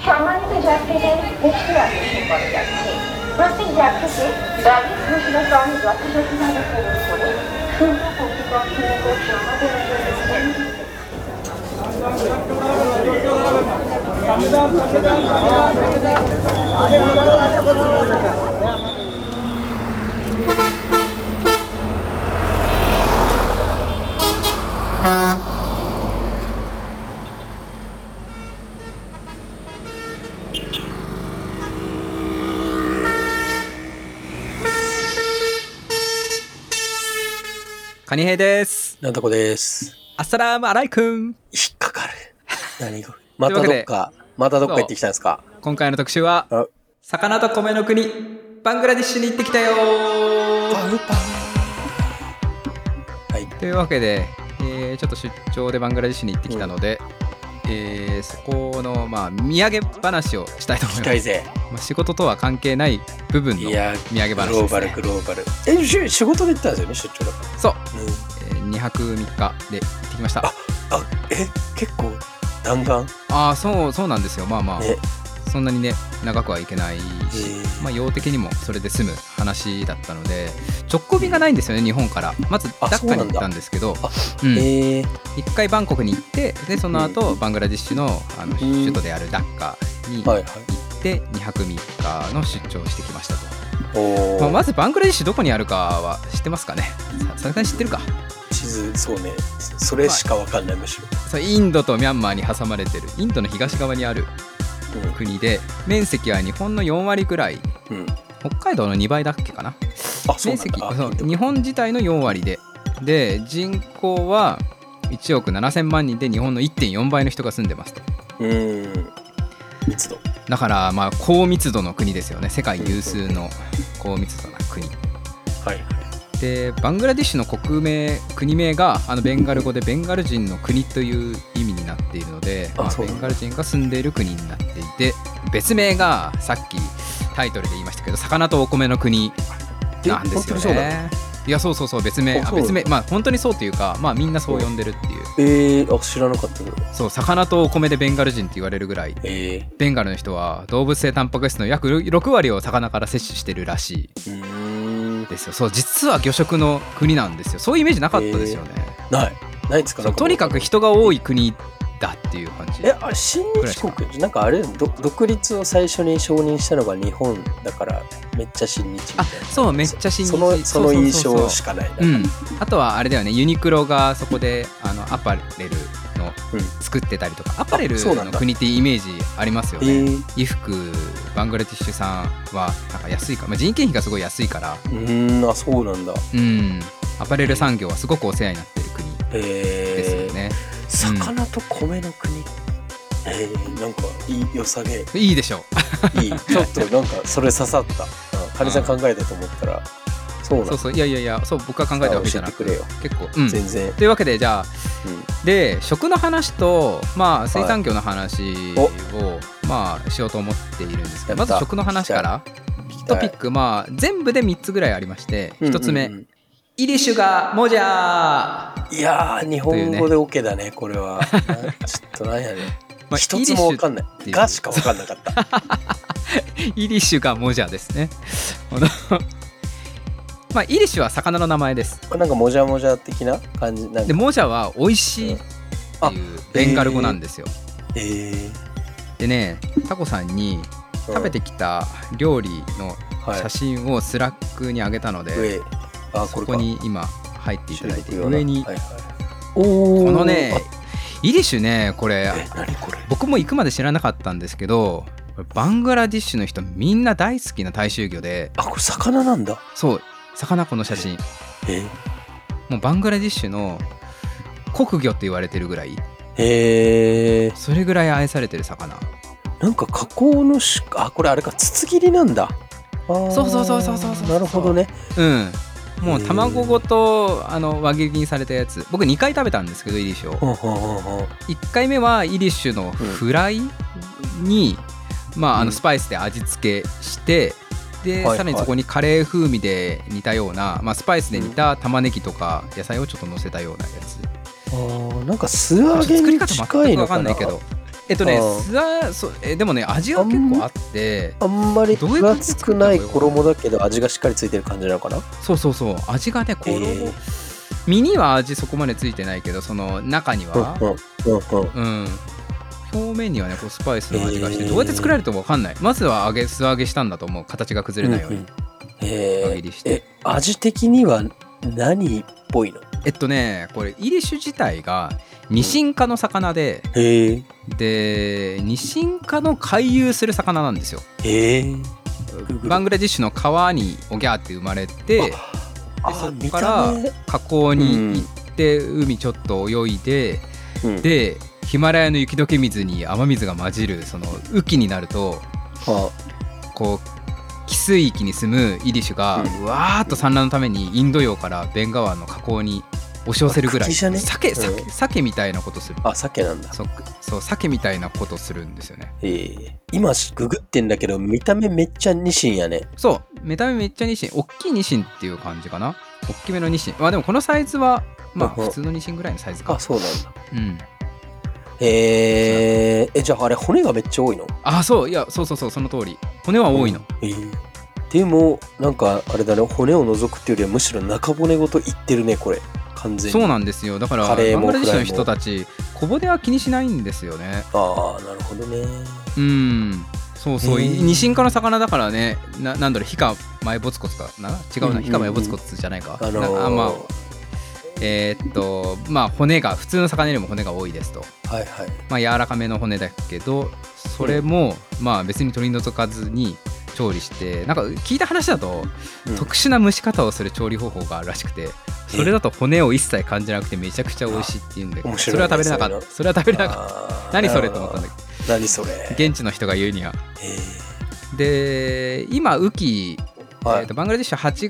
সম্মানিত যাত্রীদের নিশ্চয়ই আকর্ষণ করা যাচ্ছে প্রত্যেক যাত্রীকে ব্যাগেজ ঘোষণাক্রম যথাযথভাবে পূরণ করে শুল্ক কর্তৃপক্ষের নিকট জমা দেওয়ার জন্য カニヘイです。 なんとこです。 アッサラームアライクン。 引っかかる。何これ。またどっか行ってきたんですか。 今回の特集は魚と米の国バングラディッシュに行ってきたよー。 パウパウ。はい。 というわけで、ちょっと出張でバングラディッシュに行ってきたので、そこの土産話をしたいと思います。 聞きたいぜ。 仕事とは関係ない部分の土産話ですね。 グローバル。仕事で行ったんですよね、出張だから。 そう。2泊3日で行ってきました。 結構弾丸。 そうなんですよ。ね、そんなにね長くはいけないし、用的にもそれで済む話だったので、直行便がないんですよね、日本から。まずダッカに行ったんですけど、一回バンコクに行って、でその後バングラディッシュの、首都であるダッカに行って2泊3日の出張をしてきましたと。まずバングラディッシュどこにあるかは知ってますかね。さすがに知ってるか。 地図、そうね、それしか分かんない。むしろそう、インドとミャンマーに挟まれてるインドの東側にある国で、面積は日本の4割くらい、北海道の2倍だっけかな。面積、日本自体の4割で人口は1億7000万人で日本の 1.4 倍の人が住んでますと。 密度だから高密度の国ですよね。世界有数の高密度な国。でバングラディッシュの国名がベンガル語でベンガル人の国という意味になっているので、ベンガル人が住んでいる国になっていて、別名がさっきタイトルで言いましたけど魚とお米の国なんですよね。いや、そう別名本当にそうというか、みんなそう呼んでるっていう。 知らなかったけど。 そう、魚とお米でベンガル人って言われるぐらい、ベンガルの人は動物性タンパク質の約6割を魚から摂取してるらしいですよ。そう、実は魚食の国なんですよ。そういうイメージなかったですよね。 ないですか。 とにかく人が多い国だっていう感じ。 親日国なんかあれ独立を最初に承認したのが日本だからめっちゃ親日みたいな。 そう、めっちゃ親日。 その印象しかないな。 あとはあれだよね、ユニクロがそこでアパレルの作ってたりとか、アパレルの国ってイメージありますよね。衣服バングラディッシュ産はなんか安いから、人件費がすごい安いから。 そうなんだ。 アパレル産業はすごくお世話になってる国ですよね。 魚と米の国、なんか良さげ。 いいでしょいい。ちょっとなんかそれ刺さった。カニさん考えたと思ったらそうなんだ。 そういや、そう僕が考えたわけじゃなくて結構、 全然。 というわけで、じゃあ、で食の話と水産業の話をしようと思っているんですけど、まず食の話からトピック、全部で3つぐらいありまして、1つ目、イリシュガモジャー。 いやー、日本語で OK だね、これは。ちょっとなんやね。一つも分かんない。がしか分かんなかった。 イリシュガモジャーですね。イリシュは魚の名前です。 なんかモジャモジャ的な感じなんで。 でモジャは美味しいっていうベンガル語なんですよ。でね、タコさんに食べてきた料理の写真をスラックにあげたので、そこに今入っていただいて、上にこのねイリシュね、これ僕も行くまで知らなかったんですけど、バングラディッシュの人みんな大好きな大衆魚で。 これ魚なんだ。 そう、魚。この写真もうバングラディッシュの国魚って言われてるぐらい、それぐらい愛されてる魚。なんか加工のこれあれか、筒切りなんだ。 そうなるほどね。 もう卵ごと輪切りにされたやつ。僕2回食べたんですけど、イリッシュを。1回目はイリッシュのフライに、スパイスで味付けして、でさらにそこにカレー風味で煮たような、スパイスで煮た玉ねぎとか野菜をちょっと乗せたようなやつ。 なんか素揚げに近いのかな。 作り方全く分かんないけど、 でもね味が結構あってあんまり分厚くない衣だけど味がしっかりついてる感じなのかな。 そう味がね身には味そこまでついてないけどその中には表面にはねこうスパイスの味がしてどうやって作られるとも分かんない。まずは素揚げしたんだと思う。形が崩れないように揚げ入りして。 味的には何っぽいの？ これイリッシュ自体がニシン科の魚で、でニシン科の回遊する魚なんですよ。バングラデシュの川におぎゃーって生まれて、でそこから河口に行って海ちょっと泳いで、でヒマラヤの雪解け水に雨水が混じるその雨季になると、こう汽水域に住むイリッシュがわーっと産卵のためにインド洋からベンガ湾の河口に押し寄せるぐらい鮭みたいなことする。 鮭なんだ。 そう鮭みたいなことするんですよね。 今ググってんだけど見た目めっちゃニシンやね。 そう見た目めっちゃニシン、大きいニシンっていう感じかな。大きめのニシン。でもこのサイズは普通のニシンぐらいのサイズか。 そうなんだ。じゃああれ骨がめっちゃ多いの？ そうその通り骨は多いの。 でもなんかあれだね、骨を除くっていうよりはむしろ中骨ごといってるねこれ完全に。 そうなんですよ。だからバングラデシュの人たち小骨は気にしないんですよね。 なるほどね。 ニシン科の魚だからね。なんだろう、ヒカマイボツコツかな、違うな、ヒカマイボツコツじゃないか。骨が普通の魚よりも骨が多いですと。柔らかめの骨だけどそれも別に取り除かずに調理して、なんか聞いた話だと、特殊な蒸し方をする調理方法があるらしくて、それだと骨を一切感じなくてめちゃくちゃ美味しいっていうんで、それは食べれなかった。何それと思ったんだけど、 何それ現地の人が言うには。で今雨季、バングラデシュは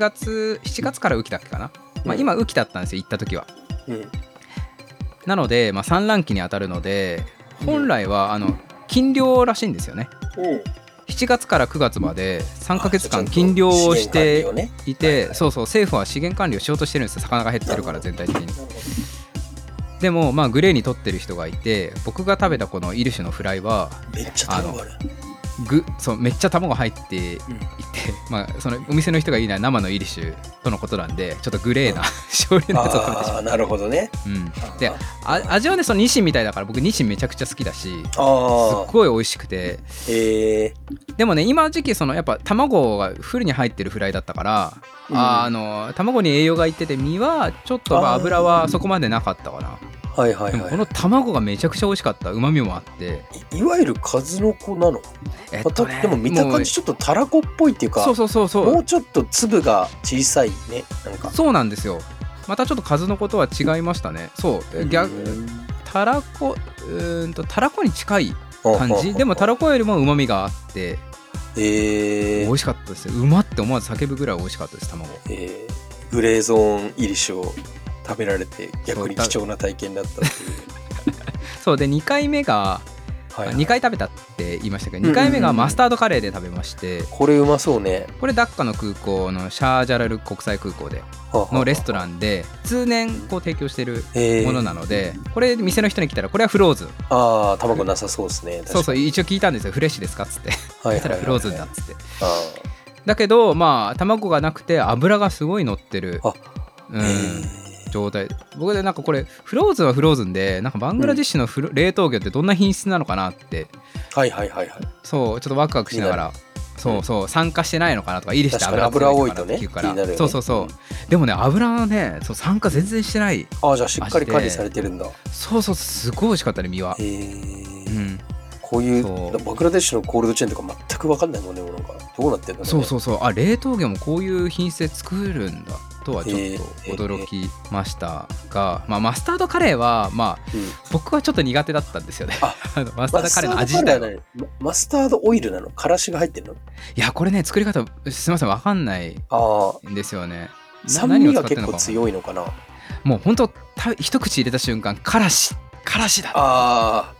7月から雨季だっけかな。今雨季だったんですよ行った時は。なので、産卵期に当たるので本来は禁漁らしいんですよね。7月から9月まで3ヶ月間禁漁をしていて、政府は資源管理をしようとしてるんですよ。魚が減ってるから全体的に。でもグレーに取ってる人がいて、僕が食べたこのイリッシュのフライはめっちゃ卵ある。 めっちゃ卵入っていて、そのお店の人が言うのは生のイリッシュとのことなんで、ちょっとグレーな少量のやつを食べてしまう。 なるほどね。 で味はねそのニシンみたいだから、僕ニシンめちゃくちゃ好きだし、すっごい美味しくて。でもね今時期やっぱ卵がフルに入ってるフライだったから、卵に栄養がいってて身はちょっと油はそこまでなかったかな。でもこの卵がめちゃくちゃ美味しかった。旨味もあって、 いわゆる数の子なの？でも見た感じちょっとたらこっぽいっていうか、もうちょっと粒が小さいね。 そうなんですよ。またちょっと数の子とは違いましたね。たらこに近い感じ。でもたらこよりも旨味があって美味しかったですよ。うまって思わず叫ぶぐらい美味しかったです。卵。 グレーゾーンイリッシュを食べられて逆に貴重な体験だったっていう。 そうで2回目が、2回食べたって言いましたけど、2回目がマスタードカレーで食べまして、 これうまそうね。 これダッカの空港のシャージャラル国際空港でのレストランで通年提供してるものなので、これ店の人に来たらこれはフローズン。 卵なさそうですね。 そう一応聞いたんですよ。フレッシュですかっつって。そしたらフローズンだっつって。だけど卵がなくて油がすごい乗ってる状態。僕でこれフローズンはフローズンで、バングラデシュの冷凍魚ってどんな品質なのかなって、そうちょっとワクワクしながら、酸化してないのかなとか、イリして油多いとねっていうから、でもね油はね酸化全然してない。 じゃあしっかり管理されてるんだ。 すごい美味しかったね身は。 こういうバングラデシュのコールドチェーンとか全く分かんないもんね。どうなってんだろうね。 冷凍魚もこういう品質で作るんだとはちょっと驚きましたが、マスタードカレーは僕はちょっと苦手だったんですよね。マスタードカレーの味自体は。 マスタードオイルなの？からしが入ってるの？ いやこれね作り方すみません分かんないんですよね。 酸味が結構強いのかな。 もう本当一口入れた瞬間からしだ。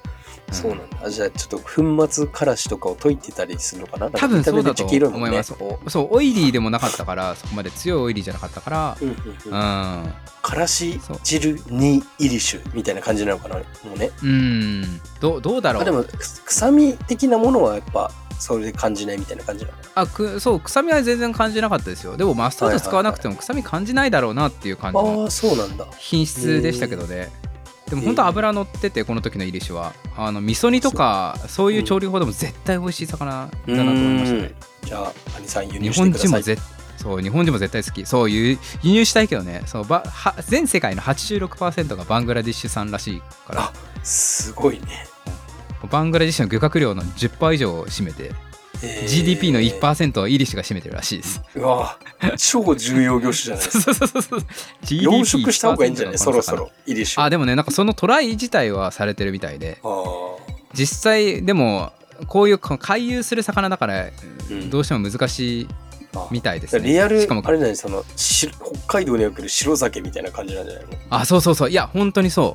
そうなんだ。じゃあちょっと粉末からしとかを溶いてたりするのかな。 多分そうだと思います。 ね、 そうオイリーでもなかったから、そこまで強いオイリーじゃなかったから、 からし汁にイリッシュみたいな感じなのかな、もうね。 どうだろう。 でも臭み的なものはやっぱそれで感じないみたいな感じなの。 そう、臭みは全然感じなかったですよ。でもマスタード使わなくても臭み感じないだろうなっていう感じの品質でしたけどね。でも本当油乗ってて、この時のイリッシュは味噌煮とかそういう調理法でも絶対美味しい魚だなと思いましたね。 じゃあ兄さん輸入してください。 日本人も絶対好き。そう輸入したいけどね。全世界の 86% がバングラディッシュ産らしいから。 すごいね。 バングラディッシュの漁獲量の 10% 以上を占めて、GDP の 1% はイリッシュが占めてるらしいです。 うわ、超重要業種じゃないですか。そう養殖した方がいいんじゃない、そろそろイリッシュ。 でもね、なんかそのトライ自体はされてるみたいで、実際でもこういう回遊する魚だからどうしても難しいみたいですね。 リアル、しかもあれ何、その北海道における白鮭みたいな感じなんじゃないの？ そういや本当にそう、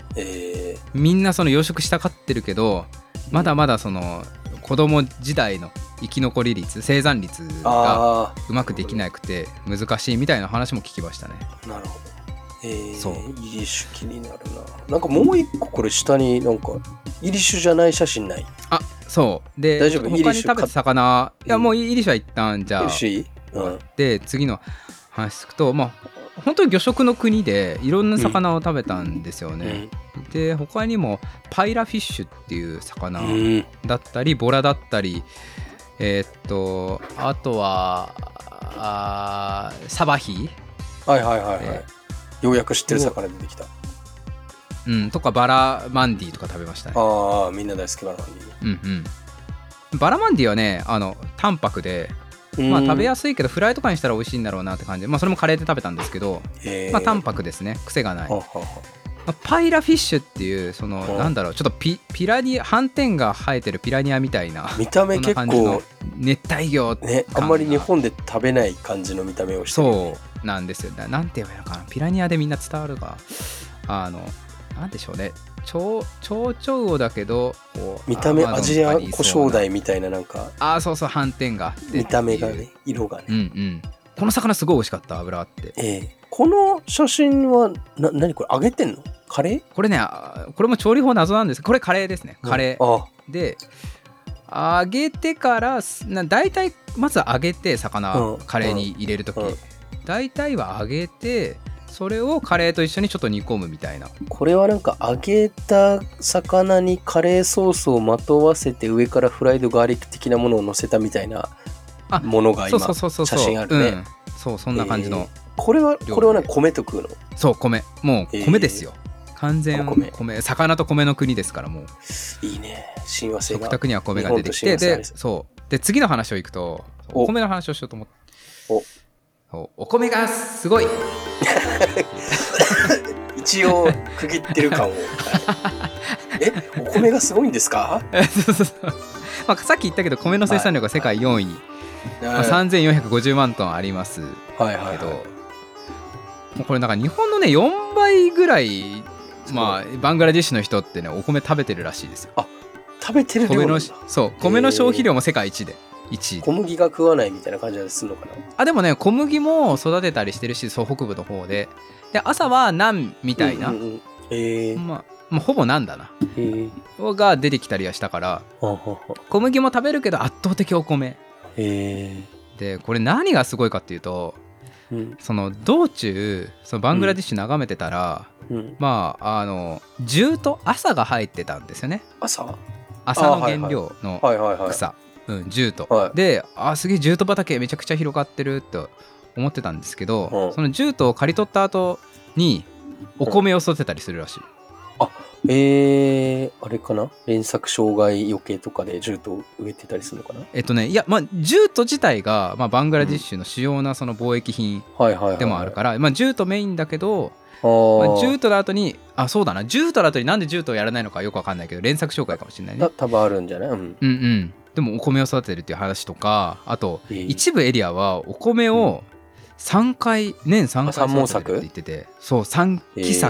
みんなその養殖したがってるけど、まだまだその子供時代の生き残り率、生産率がうまくできなくて難しいみたいな話も聞きましたね。 なるほど。そうイリッシュ気になるな。なんかもう一個これ下になんかイリッシュじゃない写真ない？ そうで、 大丈夫？ 他に食べた魚、いやもうイリッシュは一旦じゃあ、で次の話聞くと、本当に魚食の国でいろんな魚を食べたんですよね。で他にもパイラフィッシュっていう魚だったり、ボラだったり、あとはサバヒ、 ようやく知ってる魚出てきた。 とかバラマンディとか食べましたね。 みんな大好きバラマンディ。 バラマンディはね淡白で、食べやすいけどフライとかにしたら美味しいんだろうなって感じで、それもカレーで食べたんですけど、淡白ですね、癖がない。パイラフィッシュっていうそのなんだろう、ちょっとピラニア、斑点が生えてるピラニアみたいな見た目、結構熱帯魚ね、あんまり日本で食べない感じの見た目をしてる、ね、 そうなんですよ。なんて言えばいいのかな、ピラニアでみんな伝わるがなんでしょうね、チョウチョウウオだけど見た目アジアコショウダイみたいな、なんかそう斑点が見た目がね、色がね、 この魚すごい美味しかった、油あって。 この写真は何これ、揚げてんの？カレー？ これね、これも調理法謎なんです。これカレーですね、カレーで揚げてからだいたいまず揚げて、魚カレーに入れるときだいたいは揚げて、それをカレーと一緒にちょっと煮込むみたいな。 これはなんか揚げた魚にカレーソースをまとわせて、上からフライドガーリック的なものを乗せたみたいなものが今写真あるね。 そんな感じの。 これはね、米と食うの？ そう、米、もう米ですよ、完全米、魚と米の国ですから。もういいね、親和性が、 食卓には米が出てきて、で次の話をいくと、お米の話をしようと思って、お米がすごい一応区切ってる感をお米がすごいんですか？ さっき言ったけど、米の生産量が世界4位、3450万トンありますけど、これなんか日本のね4倍ぐらい、バングラディッシュの人ってねお米食べてるらしいですよ。 食べてる量なんだ。 米の消費量も世界一で1位。 小麦が食わないみたいな感じでするのかな。 でもね、小麦も育てたりしてるし、北部の方で朝はナンみたいな、ほぼナンだな、が出てきたりはしたから、小麦も食べるけど圧倒的お米で、これ何がすごいかっていうと、その道中そのバングラディッシュ眺めてたら、ジュート、朝が入ってたんですよね。朝の原料の草、ジュート、で、すげえジュート畑めちゃくちゃ広がってると思ってたんですけど、そのジュートを刈り取った後にお米を育てたりするらしい。 あれかな、連作障害余計とかでジュートを植えてたりするのかな。 いや、ジュート自体が、バングラディッシュの主要なその貿易品でもあるから、ジュートメインだけど、ジュートの後にそうだな、ジュートの後になんでジュートをやらないのかよくわかんないけど、連作障害かもしれないね。 多分あるんじゃない？ でもお米を育てるっていう話とか、あと一部エリアはお米を年3回育てるって言ってて、そう3期作っ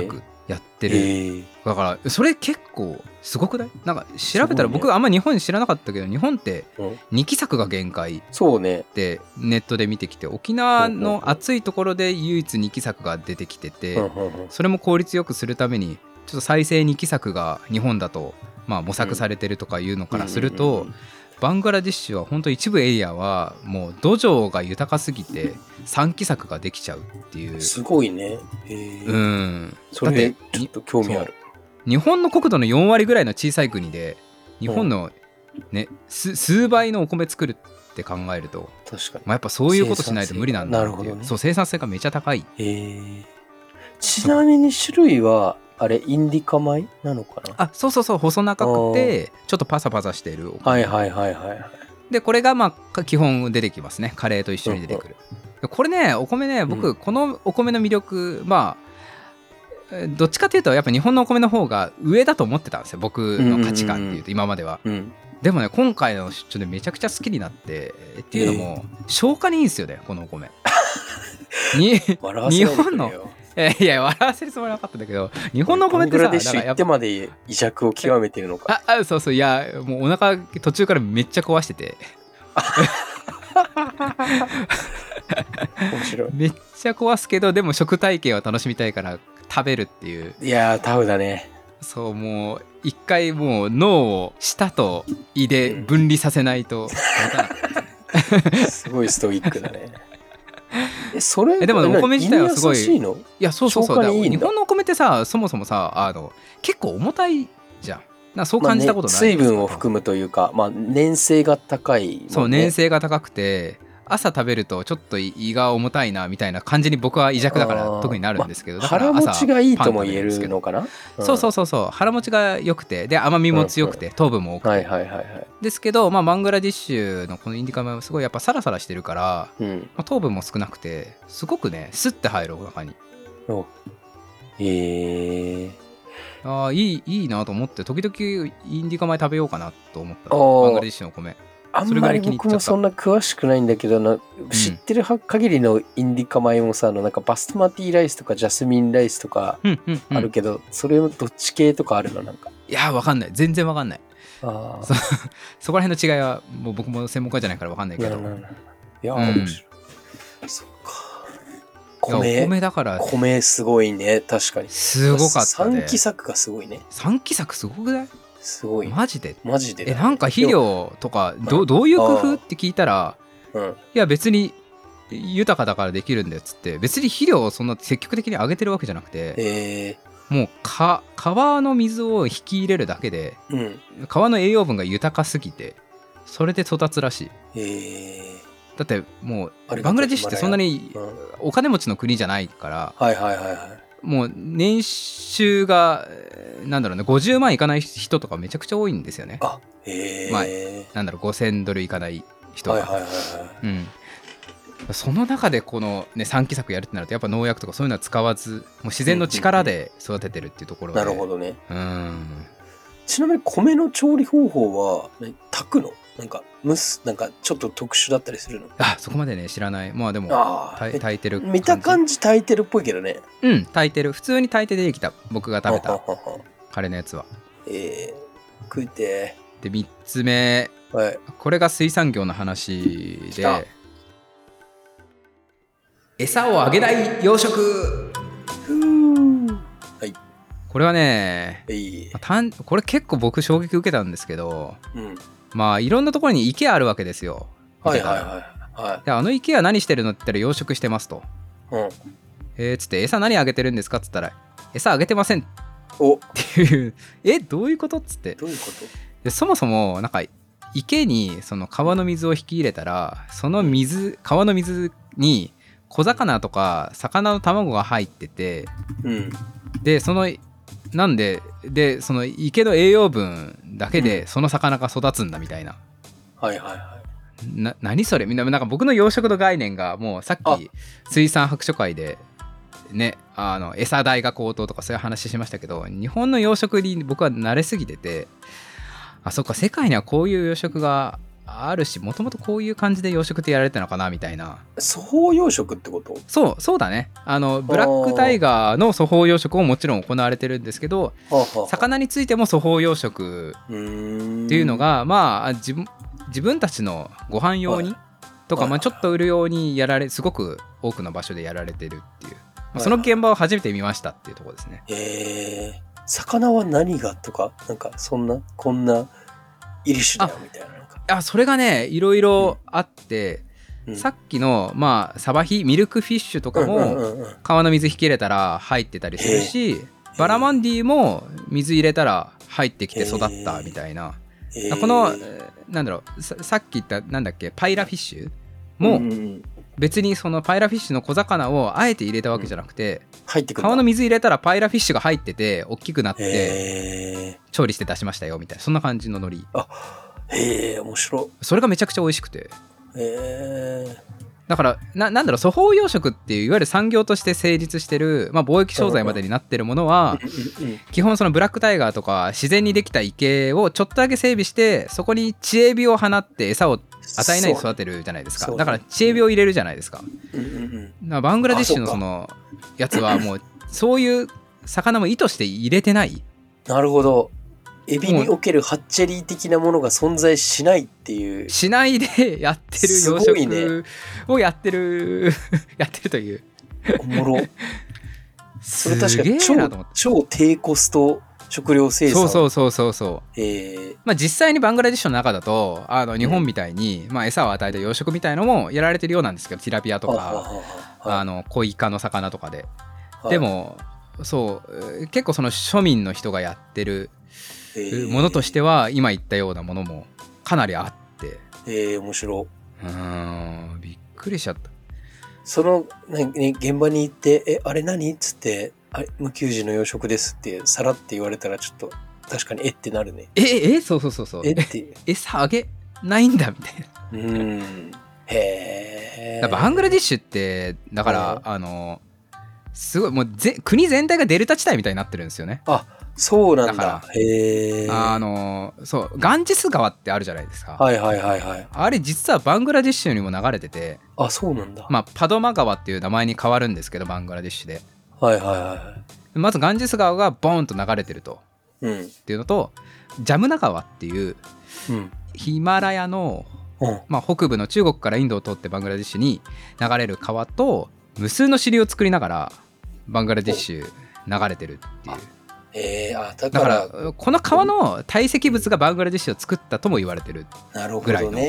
やってる。だからそれ結構すごくない？なんか調べたら僕あんま日本知らなかったけど、日本って2期作が限界ってネットで見てきて、沖縄の暑いところで唯一2期作が出てきてて、それも効率よくするためにちょっと再生2期作が日本だとまあ模索されてるとかいうのからすると、バングラデシュは本当一部エリアはもう土壌が豊かすぎて3期作ができちゃうっていう。 すごいね。それちょっと興味ある。 日本の国土の4割ぐらいの小さい国で日本の、ね、数倍のお米作るって考えると、 確かに、 まあ、やっぱそういうことしないと無理なんだっていう。なるほどね。そう、生産性がめちゃ高い。 ちなみに種類はあれインディカ米なのかな？ そう細長くてちょっとパサパサしているお米。でこれがまあ基本出てきますね。カレーと一緒に出てくる。これね、お米ね、僕このお米の魅力、まあどっちかというとやっぱ日本のお米の方が上だと思ってたんですよ、僕の価値観っていうと、今までは。でもね、今回の出張でめちゃくちゃ好きになって、っていうのも消化にいいんですよね、このお米。日本のいや笑わせるつもりなかったんだけど、日本のお米ってさ、バングラデシュ行ってまで癒着を極めてるのか。 そうそう、いやもうお腹途中からめっちゃ壊してて面白い。 めっちゃ壊すけど、でも食体験は楽しみたいから食べるっていう。 いやータフだね。 そう、もう一回もう脳を舌と胃で分離させないと持たなかったですね。 すごいストイックだね。それでもお米自体はすごい。 いやそう日本のお米ってさ、そもそもさ結構重たいじゃん。そう感じたことない、 水分を含むというか、まあ、粘性が高いもんね。 そう、粘性が高くて朝食べるとちょっと胃が重たいなみたいな感じに僕は胃弱だから特になるんですけど、だから腹持ちがいいとも言えるのかな。 そう腹持ちが良くて、で甘みも強くて、糖分も多くて、ですけど、まあ、バングラディッシュのこのインディカ米はすごいやっぱサラサラしてるから、まあ、糖分も少なくてすごくねスッて入るお腹に。いいなと思って、時々インディカ米食べようかなと思ったバングラディッシュのお米。 あんまり僕もそんな詳しくないんだけど、知ってる限りのインディカ米もさ、なんかバスマティライスとかジャスミンライスとかあるけど、それどっち系とかあるの？なんかいや分かんない、全然分かんない。そこら辺の違いはもう僕も専門家じゃないから分かんないけど、 いや面白い。そっか。 米だから米すごいね。確かにすごかったね。 3期作がすごいね。 3期作すごくない？ すごい。 マジでなんか肥料とかどういう工夫って聞いたら、いや別に豊かだからできるんだよっつって、別に肥料をそんな積極的にあげてるわけじゃなくて、もう川の水を引き入れるだけで、川の栄養分が豊かすぎてそれで育つらしい。だってもうバングラデシュってそんなにお金持ちの国じゃないから、もう年収がなんだろうね、50万いかない人とかめちゃくちゃ多いんですよね。まあなんだろう、5000ドルいかない人が。その中でこのね3期作やるってなると、やっぱ農薬とかそういうのは使わず、もう自然の力で育ててるっていうところで。 なるほどね。ちなみに米の調理方法は炊くの？なんか蒸す、なんかちょっと特殊だったりするの？ そこまでね知らない。まあでも炊いてる感じ。 見た感じ炊いてるっぽいけどね。 炊いてる。普通に炊いて出てきた、僕が食べたカレーのやつは。 食いて。 で3つ目、これが水産業の話で、餌をあげない養殖。これはね、これ結構僕衝撃受けたんですけど、まあいろんなところに池あるわけですよ。で池は何してるのって言ったら養殖してますと。つって餌何あげてるんですかっつったら餌あげてませんっていうどういうことっつって。でそもそもなんか池にその川の水を引き入れたら、その川の水に小魚とか魚の卵が入ってて、でそのなんでその池の栄養分だけでその魚が育つんだみたいな。何それ。みんななんか僕の養殖の概念がもうさっき水産白書会でね、餌代が高騰とかそういう話しましたけど、日本の養殖に僕は慣れすぎてて、そっか、世界にはこういう養殖があるし、もともとこういう感じで養殖ってやられてたのかなみたいな。 粗放養殖ってこと？ そうだね。ブラックタイガーの粗放養殖ももちろん行われてるんですけど、魚についても粗放養殖っていうのが、まあ自分たちのご飯用にとか、まあちょっと売るようにすごく多くの場所でやられてるっていう、その現場を初めて見ましたっていうところですね。 魚は何がとか、なんかこんな入り種だよみたいな。 それがね、いろいろあって、さっきのまあサバヒミルクフィッシュとかも川の水引き入れたら入ってたりするし、バラマンディも水入れたら入ってきて育ったみたいな。このなんだろう、さっき言ったなんだっけ、パイラフィッシュも別にそのパイラフィッシュの小魚をあえて入れたわけじゃなくて、川の水入れたらパイラフィッシュが入ってて大きくなって調理して出しましたよみたいな、そんな感じのノリ。 面白い。 それがめちゃくちゃ美味しくて、だからなんだろう、粗放養殖っていういわゆる産業として成立してる、まあ、貿易商材までになってるものは基本そのブラックタイガーとか自然にできた池をちょっとだけ整備して、そこにチエビを放って餌を与えないで育てるじゃないですか。だからチエビを入れるじゃないですか。バングラデシュのそのやつはもうそういう魚も意図して入れてない。 なるほど。エビにおけるハッチェリー的なものが存在しないっていう。 しないでやってる養殖をやってるという。 おもろ。それ確かに超低コスト食料生産。 そう。まあ実際にバングラデシュの中だと日本みたいに、まあ餌を与えた養殖みたいのもやられてるようなんですけど、ティラピアとか小イカの魚とかで。でもそう結構その庶民の人がやってるものとしては今言ったようなものもかなりあって、 面白い。びっくりしちゃった。 その、現場に行ってあれ何っつって、無給児の養殖ですってさらって言われたらちょっと確かにってなるね。 そう餌あげないんだみたいな。バングラディッシュってだからすごいもう国全体がデルタ地帯みたいになってるんですよね。 そうなんだ。 そうガンジス川ってあるじゃないですか。あれ実はバングラディッシュにも流れてて。 そうなんだ。 まあパドマ川っていう名前に変わるんですけど、バングラディッシュで。まずガンジス川がボーンと流れてると、っていうのと、ジャムナ川っていう、ヒマラヤの、まあ、北部の中国からインドを通ってバングラディッシュに流れる川と無数の支流を作りながらバングラディッシュ流れてるっていう。だからこの川の堆積物がバングラディッシュを作ったとも言われてるぐらいの、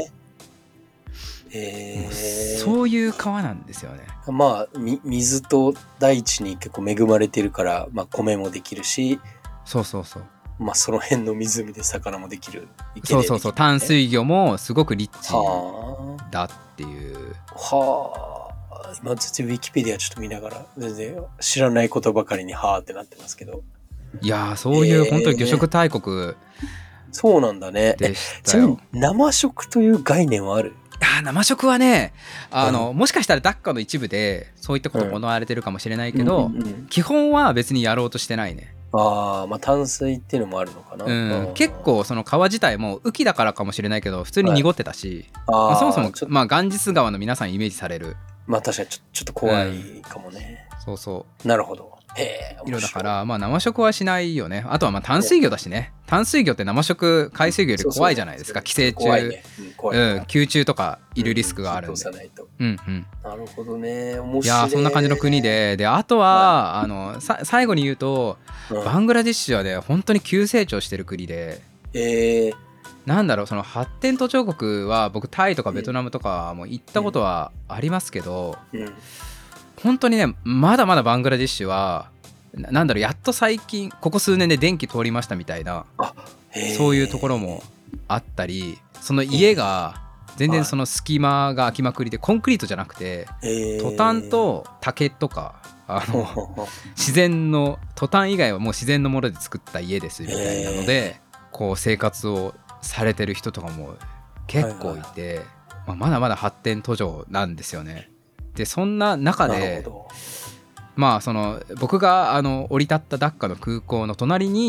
そういう川なんですよね。 まあ水と大地に結構恵まれてるから、まあ、米もできるし、まあその辺の湖で魚もできる。 淡水魚もすごくリッチだっていう。 今全然ウィキペディアちょっと見ながら全然知らないことばかりにってなってますけど。 いやそういう本当に魚食大国そうなんだね。 でしたよ。 生食という概念はある？ 生食はねもしかしたらダッカの一部でそういったことも行われてるかもしれないけど、基本は別にやろうとしてないね。 まあ淡水っていうのもあるのかな。 結構その川自体も雨季だからかもしれないけど普通に濁ってたし、そもそもまあガンジス川の皆さんイメージされる、 まあ確かにちょっと怖いかもね。なるほど。 色だからまあ生食はしないよね。あとはまあ淡水魚だしね。淡水魚って生食海水魚より怖いじゃないですか。寄生虫、吸虫とかいるリスクがあるんで。 なるほどね。面白い。 いやそんな感じの国で、あとは最後に言うと、バングラディッシュはね本当に急成長してる国で、なんだろう、その発展途上国は僕タイとかベトナムとかも行ったことはありますけど、本当にねまだまだバングラディッシュはなんだろう、やっと最近ここ数年で電気通りましたみたいな、そういうところもあったり、その家が全然その隙間が空きまくりでコンクリートじゃなくてトタンと竹とか自然のトタン以外はもう自然のもので作った家ですみたいなのでこう生活をされてる人とかも結構いて、まだまだ発展途上なんですよね。でそんな中でまあその僕が降り立ったダッカの空港の隣に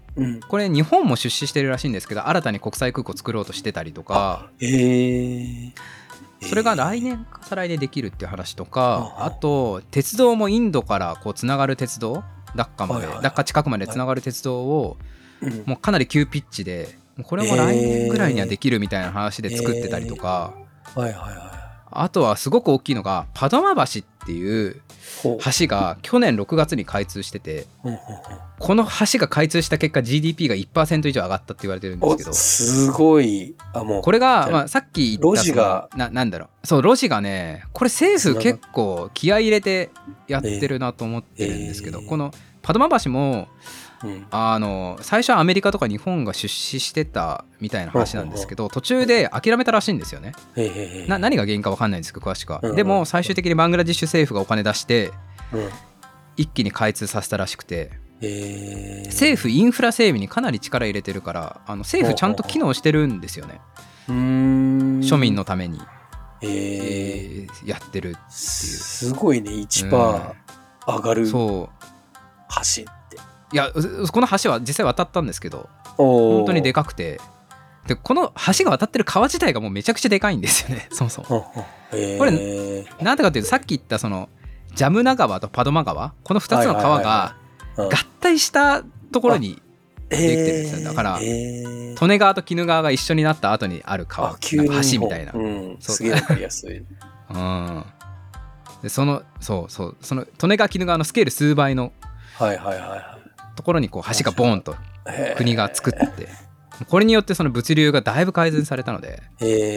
うん、 これ日本も出資してるらしいんですけど、新たに国際空港作ろうとしてたりとか、それが来年か再来年できるっていう話とか、あと鉄道もインドからこうつながる鉄道、ダッカまで、ダッカ近くまでつながる鉄道をもうかなり急ピッチで、これも来年ぐらいにはできるみたいな話で作ってたりとか、あとはすごく大きいのがパドマ橋っていう橋が去年6月に開通してて、この橋が開通した結果 GDP が 1% 以上上がったって言われてるんですけど、 すごい。もうこれが、まあ、さっき言った路地がなんだろう、そう路地がね、これ政府結構気合い入れてやってるなと思ってるんですけど、このパドマ橋も最初はアメリカとか日本が出資してたみたいな話なんですけど、途中で諦めたらしいんですよね。何が原因か分かんないんですけど詳しくは。でも最終的にバングラディッシュ政府がお金出して一気に開通させたらしくて、政府インフラ整備にかなり力入れてるから、政府ちゃんと機能してるんですよね。庶民のためにやってるっていう。 すごいね。1%上がる橋。 いや、この橋は実際渡ったんですけど、本当にでかくて、でこの橋が渡ってる川自体がもうめちゃくちゃでかいんですよね。そもそもこれなんでかっていうと、さっき言ったそのジャムナ川とパドマ川、この2つの川が合体したところにできてるんですよ。だから利根川と鬼怒川が一緒になった後にある川、橋みたいな。 すげえわかりやすい。 でその利根川鬼怒川のスケール数倍のところにこう橋がボーンと国が作って、これによってその物流がだいぶ改善されたので、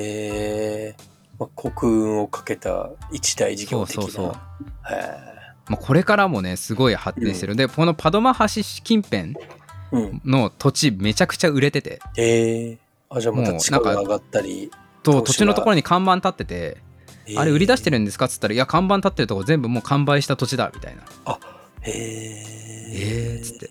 国運をかけた一大事業的な。 これからもねすごい発展してる。でこのパドマ橋近辺の土地めちゃくちゃ売れてて、 じゃあまた地価が上がったりと、土地のところに看板立ってて、あれ売り出してるんですかっつったら、いや看板立ってるとこ全部もう完売した土地だみたいな。つって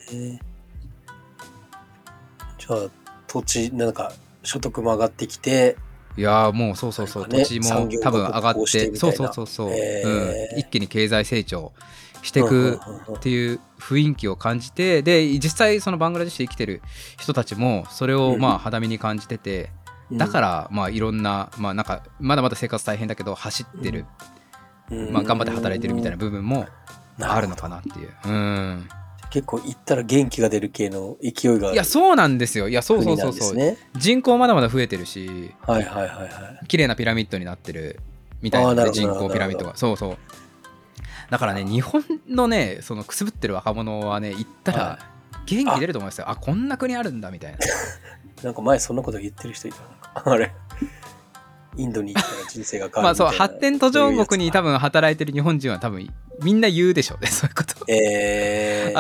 じゃあ土地なんか所得も上がってきて、 いやもうそう土地も多分上がって、一気に経済成長していくっていう雰囲気を感じて、で実際そのバングラデシュで生きてる人たちもそれを肌身に感じてて、だからいろんななんかまだまだ生活大変だけど走ってる、頑張って働いてるみたいな部分もあるのかなっていう。 結構行ったら元気が出る系の勢いがある。 いやそうなんですよ。いやそう、人口まだまだ増えてるし、綺麗なピラミッドになってるみたいな、人口ピラミッドが。だからね、日本のねそのくすぶってる若者はね行ったら元気出ると思いますよ。こんな国あるんだみたいな。 なんか前そんなこと言ってる人いた。あれインドに行ったら人生が変わるみたいな。 発展途上国に多分働いてる日本人は多分みんな言うでしょうね、そういうこと。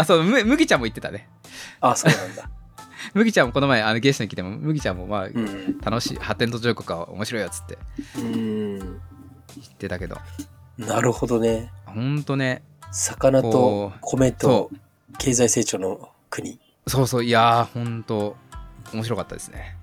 そう、麦ちゃんも言ってたね。 そうなんだ。 麦ちゃんもこの前ゲストに来ても、麦ちゃんも楽しい、発展途上国は面白いやつって言ってたけど。 なるほどね。 ほんとね。 魚と米と経済成長の国。 いやほんと面白かったですね。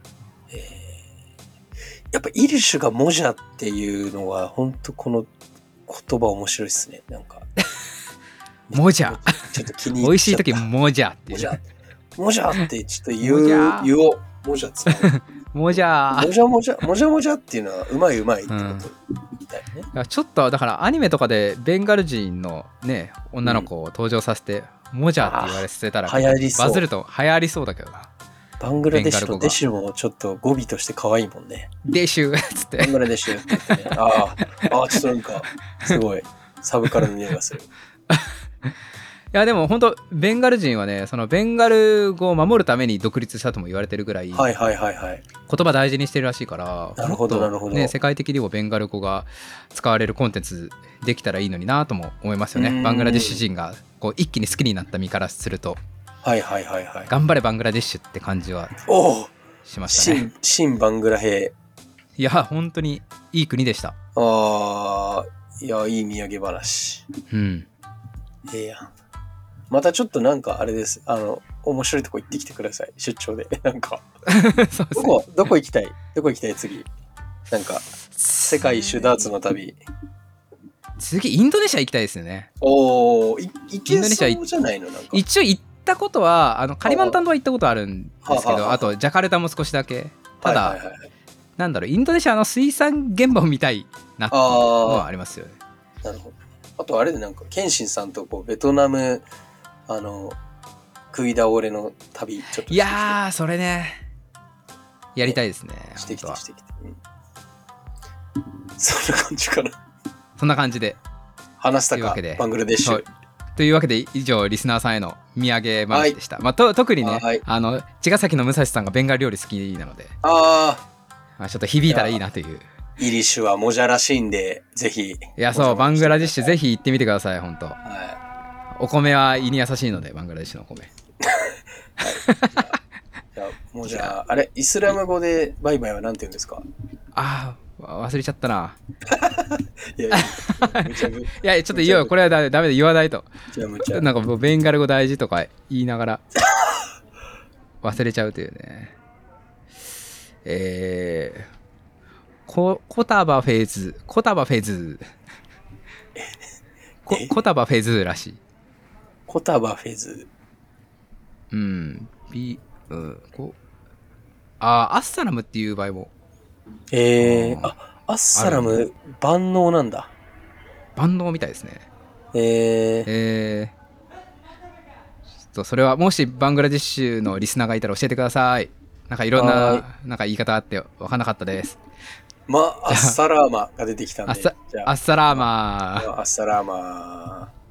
やっぱイルシュがモジャっていうのは本当この言葉面白いですね。なんかモジャちょっと気に入っちゃった。 美味しい時モジャっていう。 モジャってちょっと言おう。モジャ使う。 モジャっていうのはうまいってことみたいね。 ちょっとだからアニメとかでベンガル人のね女の子を登場させて、モジャって言われてたらバズると流行りそうだけどな。 バングラデシュのデシュもちょっと語尾として可愛いもんね。 デシュっつって。 バングラデシュって言ってね。ちょっとなんかすごいサブカルの匂いがする。 いやでも本当ベンガル人はね、そのベンガル語を守るために独立したとも言われてるぐらい、言葉大事にしてるらしいから、 なるほどね、世界的にもベンガル語が使われるコンテンツできたらいいのになとも思いますよね。バングラデシュ人がこう一気に好きになった身からすると、頑張れバングラデシュって感じはしましたね。 新バングラ兵。 いや本当にいい国でした。 いやいい土産話。 やまたちょっとなんかあれです。面白いとこ行ってきてください。出張でなんかそうですね、 どこ行きたい次。なんか世界一周ダーツの旅。次インドネシア行きたいですよね。 行けそうじゃないの？なんか一応行っったことはカリマンタン島は行ったことあるんですけど、あとジャカルタも少しだけ。ただ、なんだろう、インドネシアの水産現場を見たいなっていうのはありますよね。 なるほど。あとあれでなんかケンシンさんとこうベトナム食い倒れの旅ちょっと。 いやーそれねやりたいですね。 してきて、うん、そんな感じかな。 そんな感じで話したかバングラデシュというわけで以上リスナーさんへの土産話でした。特にね茅ヶ崎の武蔵さんがベンガル料理好きなので、ちょっと響いたらいいなという。 イリッシュはモジャらしいんでぜひ。いやそうバングラデシュぜひ行ってみてください本当。お米は胃に優しいのでバングラデシュのお米。 じゃあもうじゃああれイスラム語でバイバイはなんて言うんですか？ 忘れちゃったな。 いやちょっと言おうこれはダメで言わないと。なんかもうベンガル語大事とか言いながら忘れちゃうというね。コタバフェズらしい。 コタバフェズ。 アッサラムっていう場合も。 アッサラム万能なんだ。 万能みたいですね。ちょっとそれはもしバングラデシュのリスナーがいたら教えてください。なんかいろんななんか言い方あって分かんなかったです。 アッサラーマが出てきたんで。 アッサラーマー。 アッサラーマー。